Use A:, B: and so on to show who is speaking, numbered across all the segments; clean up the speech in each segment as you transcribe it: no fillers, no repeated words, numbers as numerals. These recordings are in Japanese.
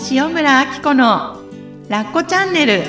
A: 塩村あき子のラッコチャンネル。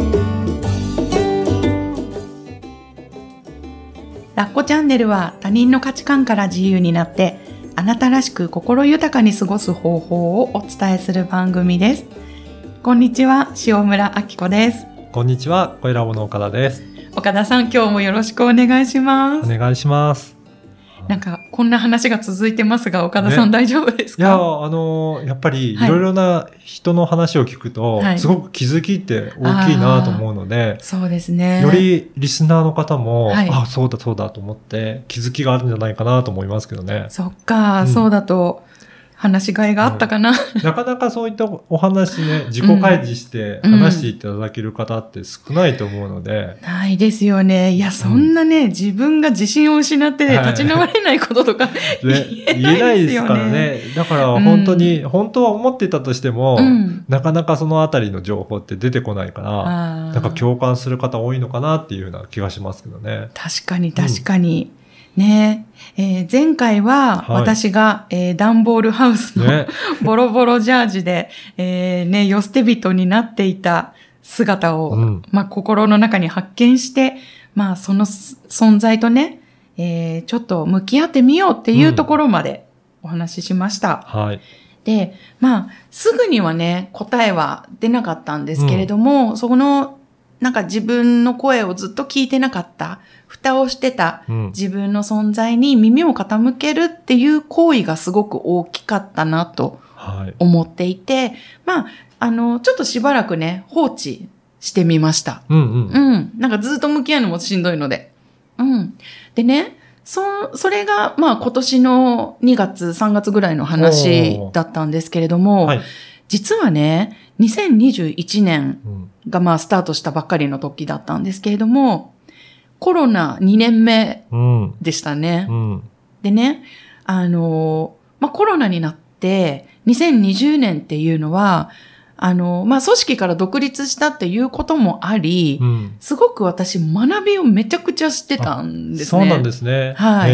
A: ラッコチャンネルは他人の価値観から自由になってあなたらしく心豊かに過ごす方法をお伝えする番組です。こんにちは、塩村あき子です。
B: こんにちは、小ラボの岡田です。
A: 岡田さん、今日もよろしくお願いします。
B: お願いします。
A: なんかこんな話が続いてますが、岡田さん、大丈夫ですか？
B: いや、やっぱりいろいろな人の話を聞くと、
A: はい、
B: すごく気づきって大きいなと思うので、
A: そうですね。
B: よりリスナーの方も、
A: はい、
B: そうだそうだと思って気づきがあるんじゃないかなと思いますけどね。
A: そっか、そうだと話しがいがあったかな、
B: なかなかそういったお話ね、自己開示して話していただける方って少ないと思うので。
A: ないですよね。いや、そんなね、自分が自信を失って立ち直れないこととか、言えないですよね。言えないですからね。
B: だから本当に、本当は思ってたとしても、なかなかそのあたりの情報って出てこないから、なんか共感する方多いのかなっていうような気がしますけどね。
A: 確かに確かに。ね前回は私が、ダンボールハウスのボロボロジャージで、世捨て人になっていた姿を、心の中に発見して、その存在とね、ちょっと向き合ってみようっていうところまでお話ししました。
B: はい。
A: で、すぐにはね、答えは出なかったんですけれども、その、なんか自分の声をずっと聞いてなかった、蓋をしてた自分の存在に耳を傾けるっていう行為がすごく大きかったなと思っていて、ちょっとしばらくね、放置してみました。なんかずっと向き合うのもしんどいので。でね、それが今年の2月、3月ぐらいの話だったんですけれども、実はね、2021年がスタートしたばっかりの時だったんですけれども、コロナ2年目でしたね。でね、コロナになって2020年っていうのは、組織から独立したっていうこともあり、すごく私学びをめちゃくちゃしてたんですね。
B: そうなんですね。
A: はい。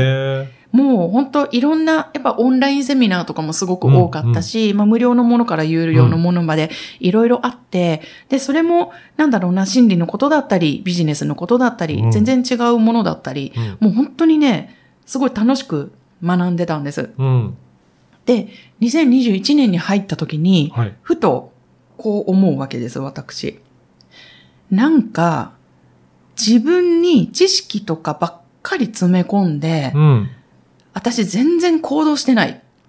A: もう本当いろんな、やっぱオンラインセミナーとかもすごく多かったし、無料のものから有料のものまでいろいろあって、で、それも心理のことだったり、ビジネスのことだったり、全然違うものだったり、もう本当にね、すごい楽しく学んでたんです。で、2021年に入った時に、ふとこう思うわけです、私。なんか、自分に知識とかばっかり詰め込んで、私全然行動してない。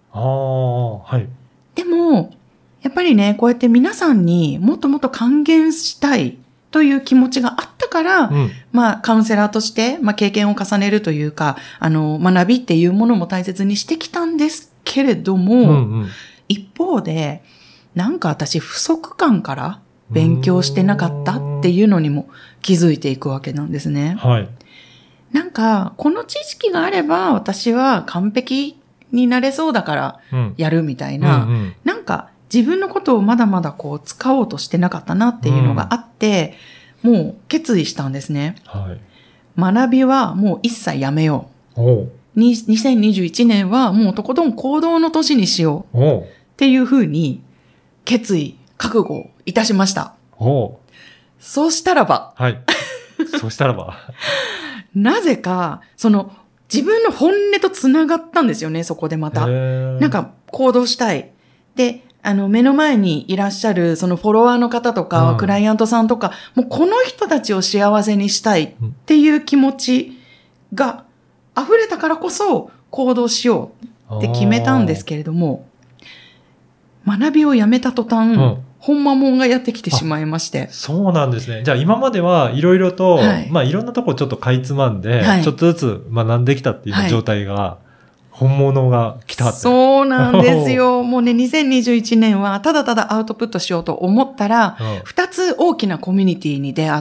A: でも、やっぱりね、こうやって皆さんにもっともっと還元したいという気持ちがあったから、カウンセラーとして、経験を重ねるというか、学びっていうものも大切にしてきたんですけれども、一方で、なんか私不足感から勉強してなかったっていうのにも気づいていくわけなんですね。なんか、この知識があれば私は完璧になれそうだからやるみたいな、なんか自分のことをまだまだ使おうとしてなかったなっていうのがあって、もう決意したんですね。学びはもう一切やめよう。2021年はもうとことん行動の年にしようっていうふうに決意、覚悟いたしました。そうしたらば。
B: そうしたらば。
A: なぜか、自分の本音とつながったんですよね、そこでまた。なんか、行動したい。で、目の前にいらっしゃる、そのフォロワーの方とか、クライアントさんとか、もうこの人たちを幸せにしたいっていう気持ちが溢れたからこそ、行動しようって決めたんですけれども、学びをやめた途端、ほんまもんがやってきてしまいまして。
B: そうなんですね。じゃあ今まではいろいろと、いろんなとこちょっとかいつまんで、ちょっとずつ学んできたっていう状態が、本物が来たって。
A: そうなんですよ。もうね、2021年はただただアウトプットしようと思ったら、2つ大きなコミュニティに出会って、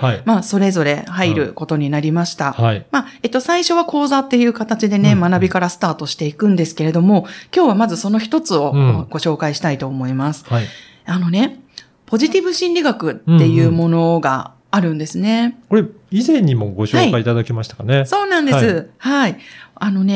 A: それぞれ入ることになりました。最初は講座っていう形でね、学びからスタートしていくんですけれども、今日はまずその一つをご紹介したいと思います。ポジティブ心理学っていうものがあるんですね。
B: これ、以前にもご紹介いただきましたかね。
A: そうなんです。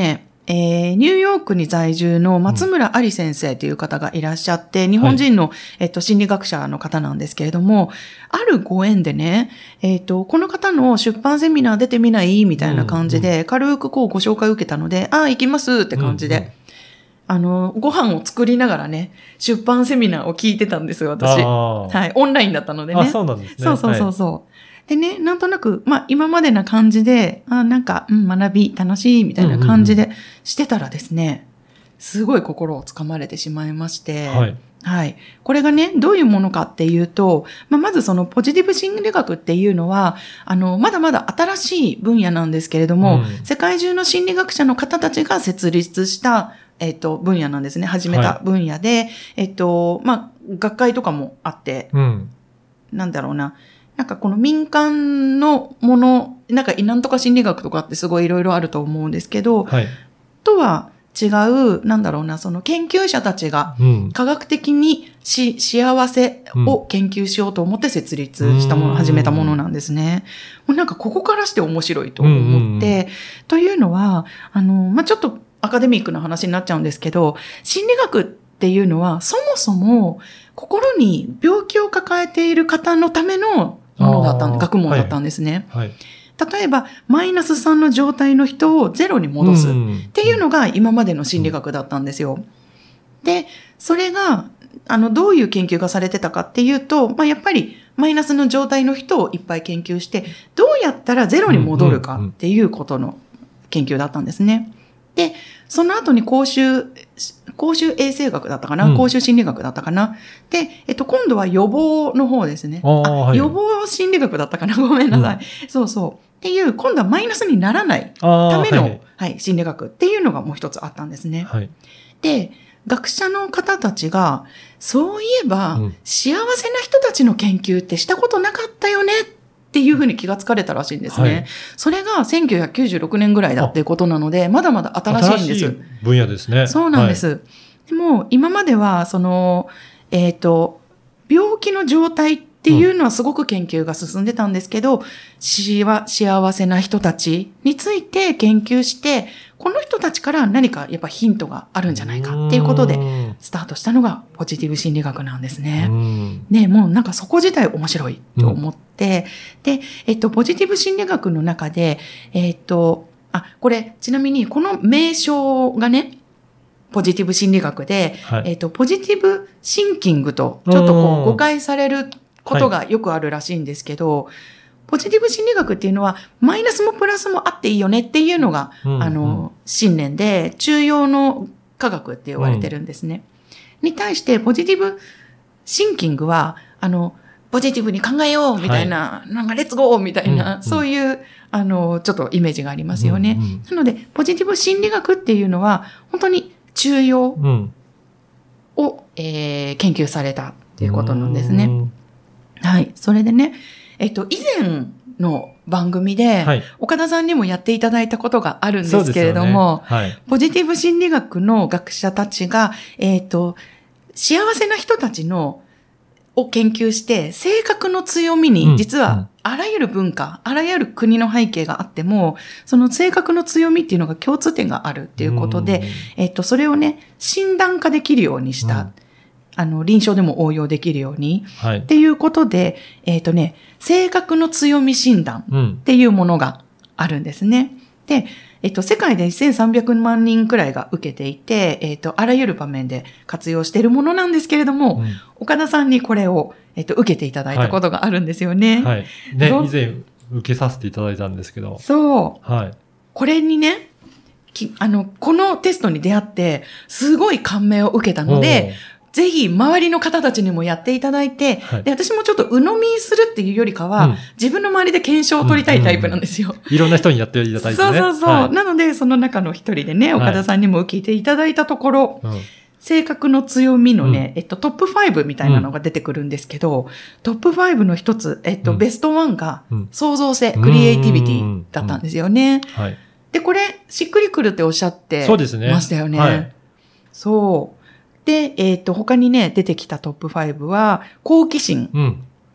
A: ニューヨークに在住の松村あり先生という方がいらっしゃって、日本人の、心理学者の方なんですけれども、あるご縁でね、この方の出版セミナー出てみないみたいな感じで、軽くこうご紹介を受けたので、行きますって感じで、ご飯を作りながらね、出版セミナーを聞いてたんですよ、私。はい。オンラインだったのでね。
B: そうなんですね。
A: そう。でね、なんとなく、今までな感じで、学び楽しいみたいな感じでしてたらですね、すごい心をつかまれてしまいまして、はい。これがね、どういうものかっていうと、まずそのポジティブ心理学っていうのは、まだまだ新しい分野なんですけれども、世界中の心理学者の方たちが設立した、分野なんですね。始めた分野で、学会とかもあって、なんだろうな。なんかこの民間のもの、なんとか心理学とかってすごいいろいろあると思うんですけど、とは違う、その研究者たちが科学的に幸せを研究しようと思って設立したもの、始めたものなんですね。もうここからして面白いと思って、というのは、ちょっとアカデミックな話になっちゃうんですけど、心理学っていうのはそもそも心に病気を抱えている方のためのものだった学問だったんですね。例えば、マイナス3の状態の人をゼロに戻すっていうのが今までの心理学だったんですよ。で、それが、どういう研究がされてたかっていうと、やっぱりマイナスの状態の人をいっぱい研究して、どうやったらゼロに戻るかっていうことの研究だったんですね。で、その後に公衆衛生学だったかな、公衆心理学だったかな。で、今度は予防の方ですね。予防心理学だったかな、ごめんなさい。そうそう。っていう、今度はマイナスにならないための、心理学っていうのがもう一つあったんですね。で、学者の方たちが、そういえば、幸せな人たちの研究ってしたことなかったよねっていうふうに気がつかれたらしいんですね。それが1996年ぐらいだっていうことなので、まだまだ新しいんです。
B: 新しい分野ですね。
A: そうなんです。でも、今までは、病気の状態っていうのはすごく研究が進んでたんですけど、幸せな人たちについて研究して、この人たちから何かやっぱヒントがあるんじゃないかっていうことで、スタートしたのがポジティブ心理学なんですね。ね、もうそこ自体面白いと思って、で、ポジティブ心理学の中で、これ、ちなみにこの名称がね、ポジティブ心理学で、ポジティブシンキングとちょっと誤解されることがよくあるらしいんですけど、ポジティブ心理学っていうのはマイナスもプラスもあっていいよねっていうのが、信念で中庸の科学って言われてるんですね。に対してポジティブシンキングは、ポジティブに考えようみたいな、レッツゴーみたいな、そういう、ちょっとイメージがありますよね。なので、ポジティブ心理学っていうのは、本当に中庸を、研究されたっていうことなんですね。はい。それでね、以前の番組で、岡田さんにもやっていただいたことがあるんですけれども、ポジティブ心理学の学者たちが、幸せな人たちを研究して、性格の強みに、実はあらゆる文化、あらゆる国の背景があっても、その性格の強みっていうのが共通点があるっていうことで、それをね、診断化できるようにした。臨床でも応用できるように。っていうことで、性格の強み診断っていうものがあるんですね。で、世界で1300万人くらいが受けていて、あらゆる場面で活用しているものなんですけれども、岡田さんにこれを、受けていただいたことがあるんですよね。
B: 以前受けさせていただいたんですけど。
A: そう。これにね、このテストに出会って、すごい感銘を受けたので、ぜひ周りの方たちにもやっていただいて、で私もちょっと鵜呑みするっていうよりかは、自分の周りで検証を取りたいタイプなんですよ。
B: いろんな人にやっていただいてね。
A: そう。なので、その中の一人でね、岡田さんにも受けていただいたところ、性格の強みのね、トップ5みたいなのが出てくるんですけど、トップ5の一つ、ベスト1が創造性、クリエイティビティだったんですよね。で、これ、しっくりくるっておっしゃってましたよね。そう。で、他にね、出てきたトップ5は、好奇心。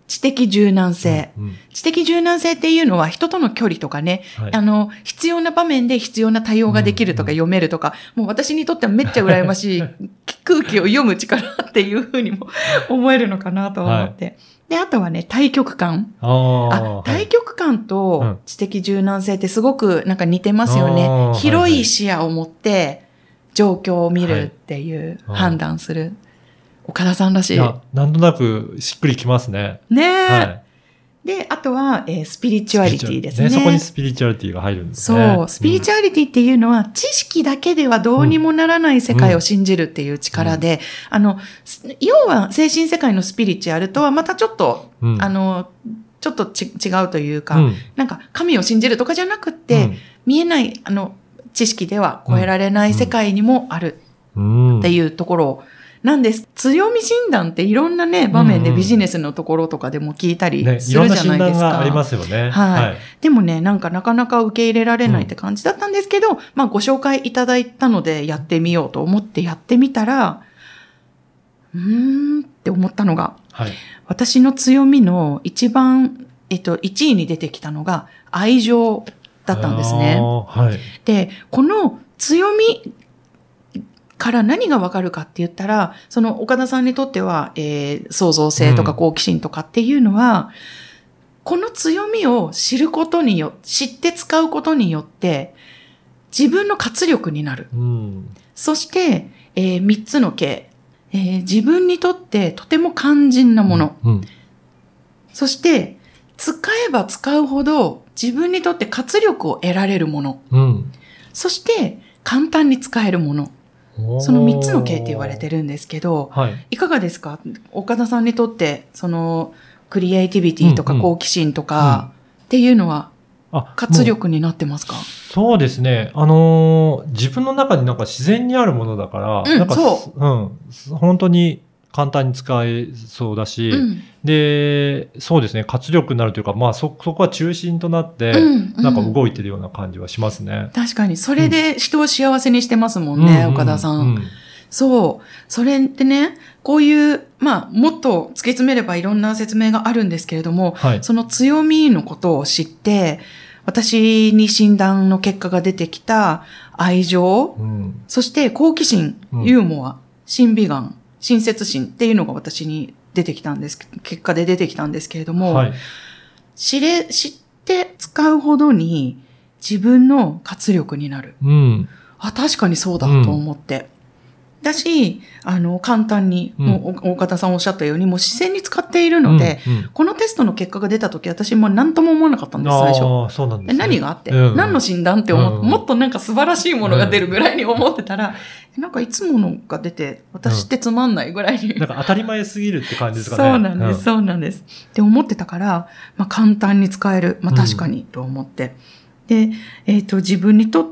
A: 知的柔軟性、
B: うんうん、
A: 知的柔軟性っていうのは人との距離とかね、
B: はい、
A: 必要な場面で必要な対応ができるとか読めるとか、もう私にとってはめっちゃ羨ましい空気を読む力っていうふうにも思えるのかなと思って。はい、で、あとはね、大局観。大局観と知的柔軟性ってすごくなんか似てますよね。広い視野を持って状況を見るっていう、判断する。岡田さんらしい。
B: いや、なんとなくしっくりきますね。
A: ねえ。はい、で、あとは、スピリチュアリティですね。
B: そこにスピリチュアリティが入るんですね。
A: そう。スピリチュアリティっていうのは、知識だけではどうにもならない世界を信じるっていう力で、要は精神世界のスピリチュアルとはまたちょっと、ちょっと違うというか、なんか神を信じるとかじゃなくって、見えない、知識では超えられない世界にもあるっていうところを、なんです。強み診断っていろんなね、場面でビジネスのところとかでも聞いたりするじゃないですか。
B: いろんな診断がありますよね。
A: はい。でもね、なんかなかなか受け入れられないって感じだったんですけど、まあご紹介いただいたのでやってみようと思ってやってみたら、って思ったのが、はい、私の強みの一番、1位に出てきたのが愛情だったんですね。はい、で、この強みから何がわかるかって言ったら、その岡田さんにとっては、創造性とか好奇心とかっていうのは、この強みを知ることによって、知って使うことによって、自分の活力になる。そして、3つのK、自分にとってとても肝心なもの。そして、使えば使うほど自分にとって活力を得られるもの。そして、簡単に使えるもの。その3つのKって言われてるんですけど、いかがですか？岡田さんにとって、その、クリエイティビティとか好奇心とかっていうのは、活力になってますか？
B: そうですね。自分の中になんか自然にあるものだから、なんか本当に簡単に使えそうだし、で、そうですね、活力になるというか、まあそこは中心となって、なんか動いてるような感じはしますね。
A: 確かに、それで人を幸せにしてますもんね、岡田さん。そう。それってね、こういう、まあ、もっと突き詰めればいろんな説明があるんですけれども、その強みのことを知って、私に診断の結果が出てきた愛情、そして好奇心、ユーモア、審美眼、親切心っていうのが私に出てきたんです、結果で出てきたんですけれども、知って使うほどに自分の活力になる。確かにそうだと思って。だし、簡単に、もう、大方さんおっしゃったように、もう自然に使っているので、このテストの結果が出たとき、私も何とも思わなかったんです、最初。
B: そうなんですね。
A: 何があって、何の診断ってもっとなんか素晴らしいものが出るぐらいに思ってたら、なんかいつものが出て、私ってつまんないぐらいに。
B: なんか当たり前すぎるって感じですかね。
A: そうなんです、そうなんです。って思ってたから、まあ簡単に使える。まあ確かに、と思って。で、自分にとって、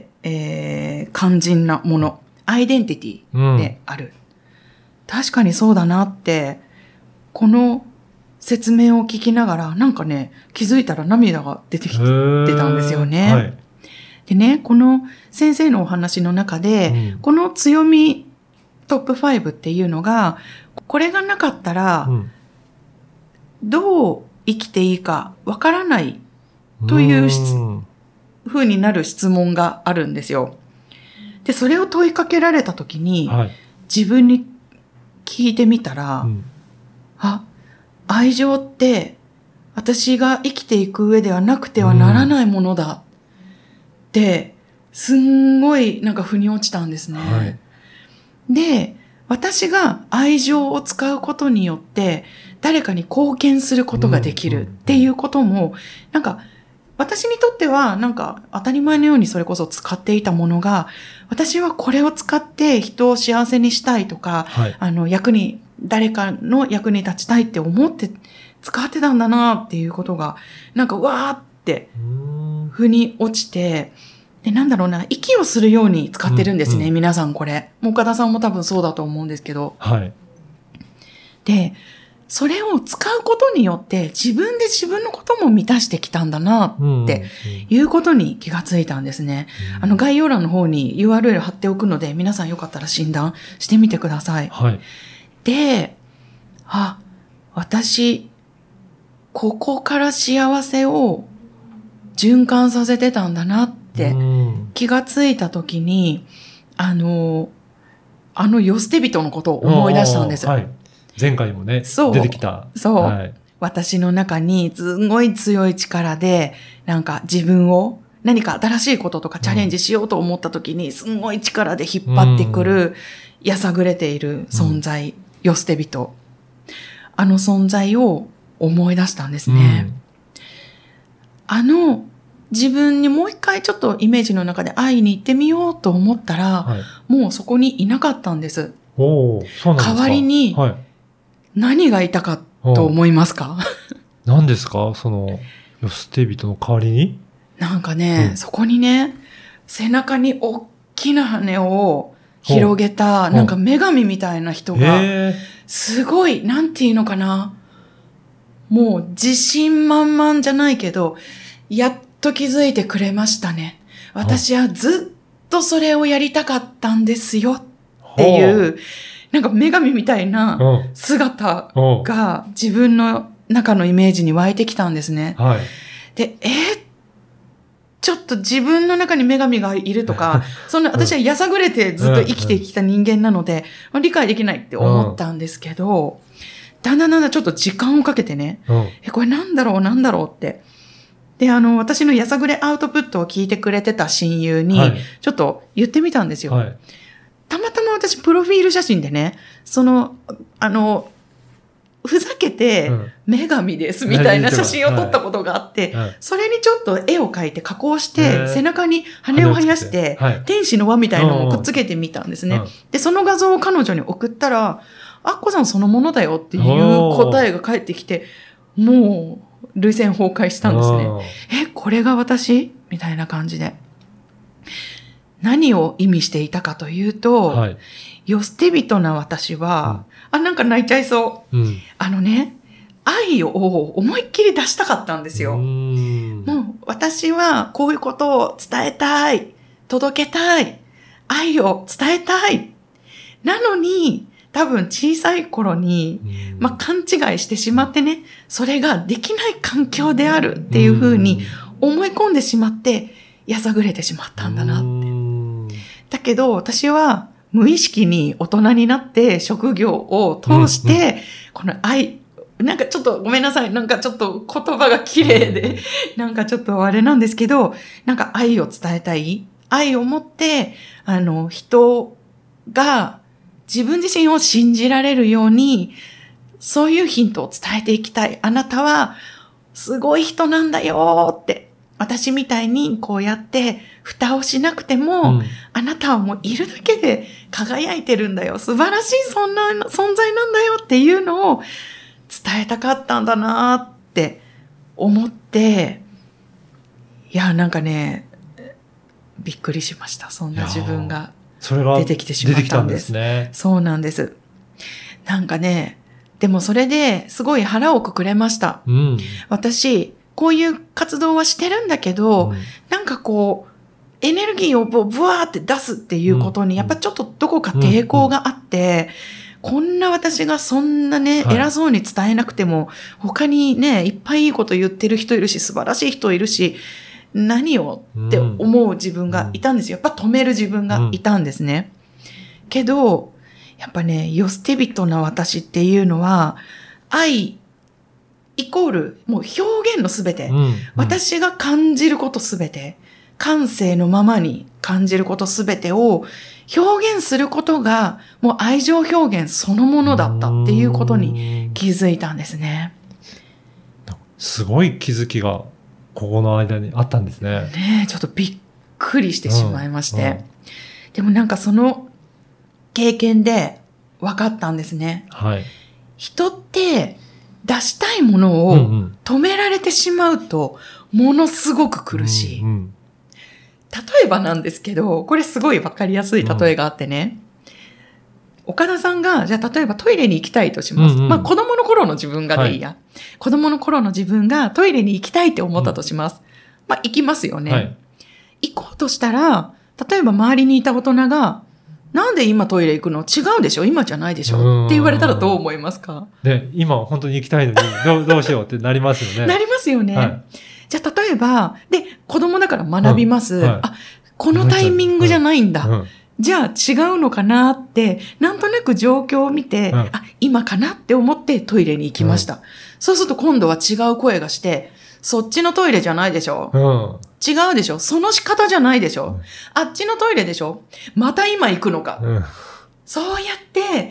A: 肝心なもの。アイデンティティである。確かにそうだなって、この説明を聞きながら、なんかね、気づいたら涙が出てきてたんですよね。でね、この先生のお話の中で、この強みトップ5っていうのが、これがなかったら、どう生きていいかわからないという風になる質問があるんですよ。で、それを問いかけられたときに、自分に聞いてみたら、愛情って私が生きていく上ではなくてはならないものだって、すんごいなんか腑に落ちたんですね。で、私が愛情を使うことによって誰かに貢献することができるっていうことも、なんか私にとってはなんか当たり前のようにそれこそ使っていたものが、私はこれを使って人を幸せにしたいとか、誰かの役に立ちたいって思って使ってたんだなっていうことが、なんかわーって腑に落ちて、で、なんだろうな、息をするように使ってるんですね、皆さんこれ。岡田さんも多分そうだと思うんですけど。で、それを使うことによって自分で自分のことも満たしてきたんだなっていうことに気がついたんですね。概要欄の方に URL 貼っておくので、皆さんよかったら診断してみてください。で、私ここから幸せを循環させてたんだなって気がついたときに、世捨て人のことを思い出したんです。
B: はい。前回もね、出てきた。
A: そう。はい、私の中にすごい強い力で、なんか自分を何か新しいこととかチャレンジしようと思ったときに、すごい力で引っ張ってくる、やさぐれている存在、世捨て人。存在を思い出したんですね。自分にもう一回ちょっとイメージの中で会いに行ってみようと思ったら、はい、もうそこにいなかったんです。
B: そうなんですか。
A: 代わりに、何がいたかと思いますか？
B: 何ですか？その、世捨て人の代わりに？
A: なんかね、そこにね、背中に大きな羽を広げた、なんか女神みたいな人が、すごい、なんていうのかな。もう自信満々じゃないけど、やっと気づいてくれましたね。私はずっとそれをやりたかったんですよっていう、なんか女神みたいな姿が自分の中のイメージに湧いてきたんですね。
B: はい、
A: で、ちょっと自分の中に女神がいるとか、私はやさぐれてずっと生きてきた人間なので、理解できないって思ったんですけど、だんだんちょっと時間をかけてね、これなんだろうって。で、私のやさぐれアウトプットを聞いてくれてた親友に、ちょっと言ってみたんですよ。たまたま私、プロフィール写真でね、ふざけて、女神ですみたいな写真を撮ったことがあって、それにちょっと絵を描いて加工して、背中に羽を生やして、天使の輪みたいなのをくっつけてみたんですね。で、その画像を彼女に送ったら、アッコさんそのものだよっていう答えが返ってきて、もう、涙腺崩壊したんですね。これが私みたいな感じで。何を意味していたかというと、世捨て人な私は、なんか泣いちゃいそう。愛を思いっきり出したかったんですよ。もう私はこういうことを伝えたい、届けたい、愛を伝えたい。なのに、多分小さい頃に、勘違いしてしまってね、それができない環境であるっていうふうに思い込んでしまって、やさぐれてしまったんだなって。だけど私は無意識に大人になって職業を通して、この愛、なんかちょっとごめんなさい、なんかちょっと言葉が綺麗で、なんかちょっとあれなんですけど、なんか愛を伝えたい。愛を持って、人が、自分自身を信じられるように、そういうヒントを伝えていきたい。あなたは、すごい人なんだよって。私みたいにこうやって、蓋をしなくても、あなたはもういるだけで輝いてるんだよ。素晴らしいそんな存在なんだよっていうのを伝えたかったんだなって思って、いや、なんかね、びっくりしました。そんな自分が。
B: それが出てきてしまったんです。
A: そうなんです。なんかね、でもそれですごい腹をくくれました。私、こういう活動はしてるんだけど、なんかこう、エネルギーをブワーって出すっていうことに、やっぱちょっとどこか抵抗があって、こんな私がそんなね、偉そうに伝えなくても、他にね、いっぱいいいこと言ってる人いるし、素晴らしい人いるし、何をって思う自分がいたんですよ。やっぱ止める自分がいたんですね。けど、やっぱね、世捨て人な私っていうのは、愛イコール、もう表現のすべて、私が感じることすべて、感性のままに感じることすべてを表現することが、もう愛情表現そのものだったっていうことに気づいたんですね。
B: すごい気づきが、ここの間にあったんですね。
A: ねえ、ちょっとびっくりしてしまいまして。でもなんかその経験で分かったんですね。人って出したいものを止められてしまうとものすごく苦しい。例えばなんですけど、これすごい分かりやすい例えがあってね。岡田さんが、じゃあ例えばトイレに行きたいとします。子供の頃の自分がでいいや。子供の頃の自分がトイレに行きたいって思ったとします。行きますよね。行こうとしたら、例えば周りにいた大人が、 なんで今トイレ行くの？違うでしょ？今じゃないでしょ？って言われたらどう思いますか？
B: ね、今本当に行きたいのにどうしようってなりますよね。
A: なりますよね。はい、じゃあ例えば、で、子供だから学びます。
B: はい、
A: あ、このタイミングじゃないんだ。じゃあ違うのかなって、なんとなく状況を見て、あ、今かなって思ってトイレに行きました。そうすると今度は違う声がして、そっちのトイレじゃないでしょ？違うでしょ？その仕方じゃないでしょ？あっちのトイレでしょ？また今行くのか。そうやって、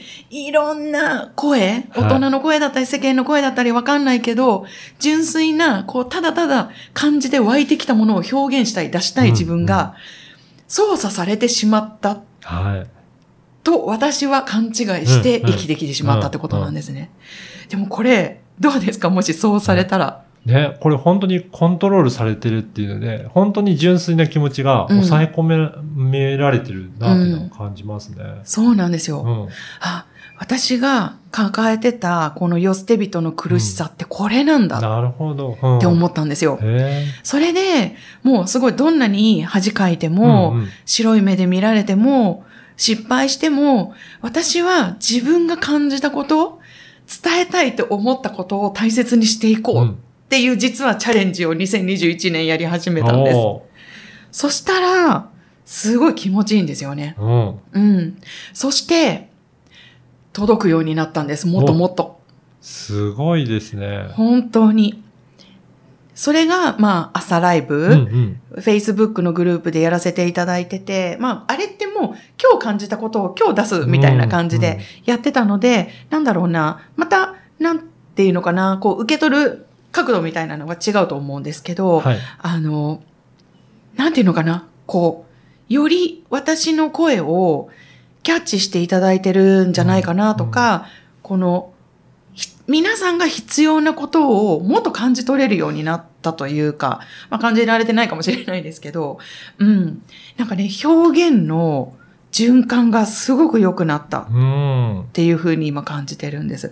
A: いろんな声、大人の声だったり世間の声だったりわかんないけど、純粋な、ただただ感じで湧いてきたものを表現したい、出したい自分が、操作されてしまった。と私は勘違いして生きてきてしまったってことなんですね。でもこれ、どうですか？もしそうされたら。
B: ね、これ本当にコントロールされてるっていうので、本当に純粋な気持ちが抑え込められてるなっていうのを感じますね。
A: そうなんですよ。私が抱えてたこの世捨て人の苦しさってこれなんだ。
B: なるほど。
A: って思ったんですよ。それで、もうすごいどんなに恥かいても、白い目で見られても、失敗しても、私は自分が感じたこと、伝えたいと思ったことを大切にしていこうっていう実はチャレンジを2021年やり始めたんです。そしたら、すごい気持ちいいんですよね。そして、届くようになったんです。もっともっと。
B: すごいですね。
A: 本当に。それが、朝ライブ、Facebook のグループでやらせていただいてて、あれってもう今日感じたことを今日出すみたいな感じでやってたので、なんだろうな、また、なんていうのかな、受け取る角度みたいなのが違うと思うんですけど、なんていうのかな、より私の声をキャッチしていただいてるんじゃないかなとか、皆さんが必要なことをもっと感じ取れるようになったというか、感じられてないかもしれないですけど、なんかね、表現の循環がすごく良くなったっていうふうに今感じてるんです。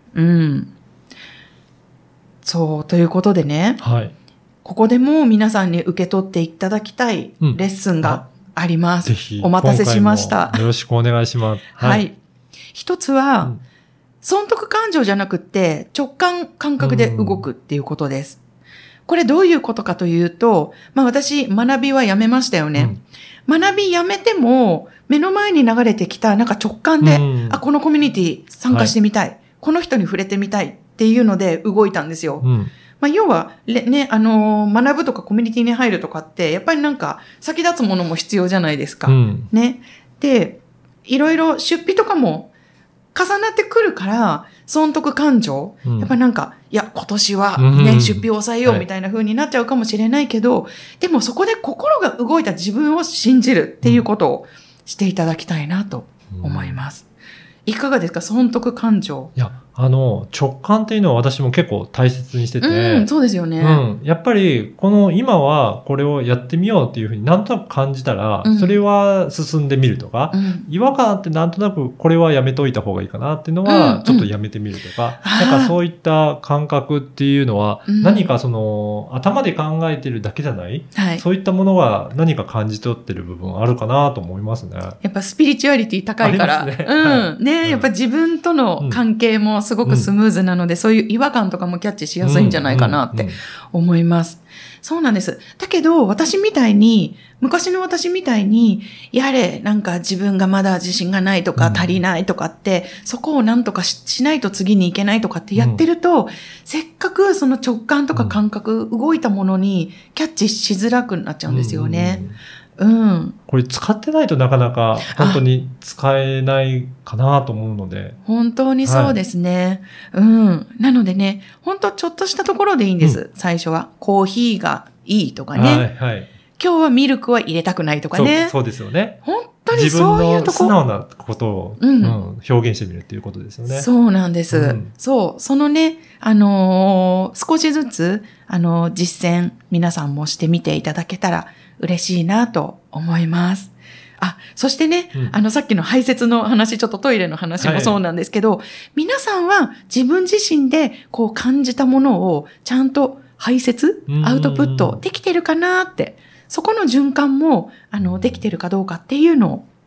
A: そう、ということでね、ここでも皆さんに受け取っていただきたいレッスンがあります。
B: ぜひ。
A: お待たせしました。
B: よろしくお願いします。
A: はい。一つは、損得感情じゃなくって直感覚で動くっていうことです。これどういうことかというと、私学びはやめましたよね。学びやめても目の前に流れてきたなんか直感で、このコミュニティ参加してみたい、この人に触れてみたいっていうので動いたんですよ。要は、ね、学ぶとかコミュニティに入るとかって、やっぱりなんか先立つものも必要じゃないですか。ね。で、いろいろ出費とかも重なってくるから、損得感情、やっぱりなんか、いや、今年はね、出費を抑えようみたいな風になっちゃうかもしれないけど、でもそこで心が動いた自分を信じるっていうことをしていただきたいなと思います。いかがですか？損得感情。
B: いや、直感っていうのは私も結構大切にしてて。
A: そうですよね。
B: やっぱり、今はこれをやってみようっていうふうになんとなく感じたら、それは進んでみるとか、違和感ってなんとなくこれはやめといた方がいいかなっていうのは、ちょっとやめてみるとか、なんかそういった感覚っていうのは、何か頭で考えてるだけじゃない、そういったものが何か感じ取ってる部分あるかなと思いますね。
A: やっぱスピリチュアリティ高いから。やっぱ自分との関係もすごくスムーズなので、そういう違和感とかもキャッチしやすいんじゃないかなって思います。そうなんです。だけど、昔の私みたいに、なんか自分がまだ自信がないとか足りないとかって、そこをなんとかしないと次に行けないとかってやってると、せっかくその直感とか感覚、動いたものにキャッチしづらくなっちゃうんですよね。
B: これ使ってないとなかなか本当に使えないかなと思うので。
A: 本当にそうですね。なのでね、本当ちょっとしたところでいいんです。最初は。コーヒーがいいとかね。今日はミルクは入れたくないとかね。
B: そうですよね。
A: 本当にそういうとこ。
B: 自分の素直なことを、表現してみるっていうことですよね。
A: そうなんです。そのね、少しずつ、実践皆さんもしてみていただけたら嬉しいなと思います。そしてね、さっきの排泄の話、ちょっとトイレの話もそうなんですけど、皆さんは自分自身で感じたものをちゃんと排泄、アウトプットできてるかなって、そこの循環も、できてるかどうかっていうのを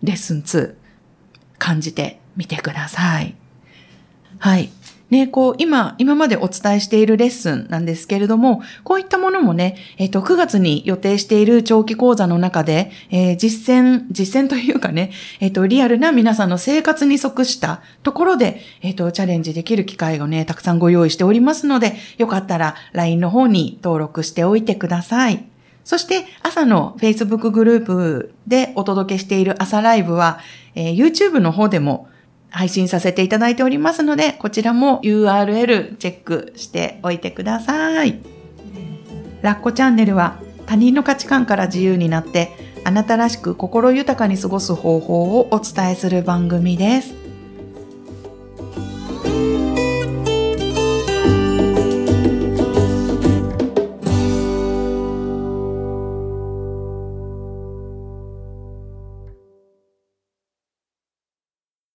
A: レッスン2感じてみてください。はい。ね、今までお伝えしているレッスンなんですけれども、こういったものもね、9月に予定している長期講座の中で、実践というかね、リアルな皆さんの生活に即したところで、チャレンジできる機会をね、たくさんご用意しておりますので、よかったら LINE の方に登録しておいてください。そして朝の Facebook グループでお届けしている朝ライブは、YouTube の方でも配信させていただいておりますので、こちらも URL チェックしておいてください。ラッコチャンネルは他人の価値観から自由になってあなたらしく心豊かに過ごす方法をお伝えする番組です。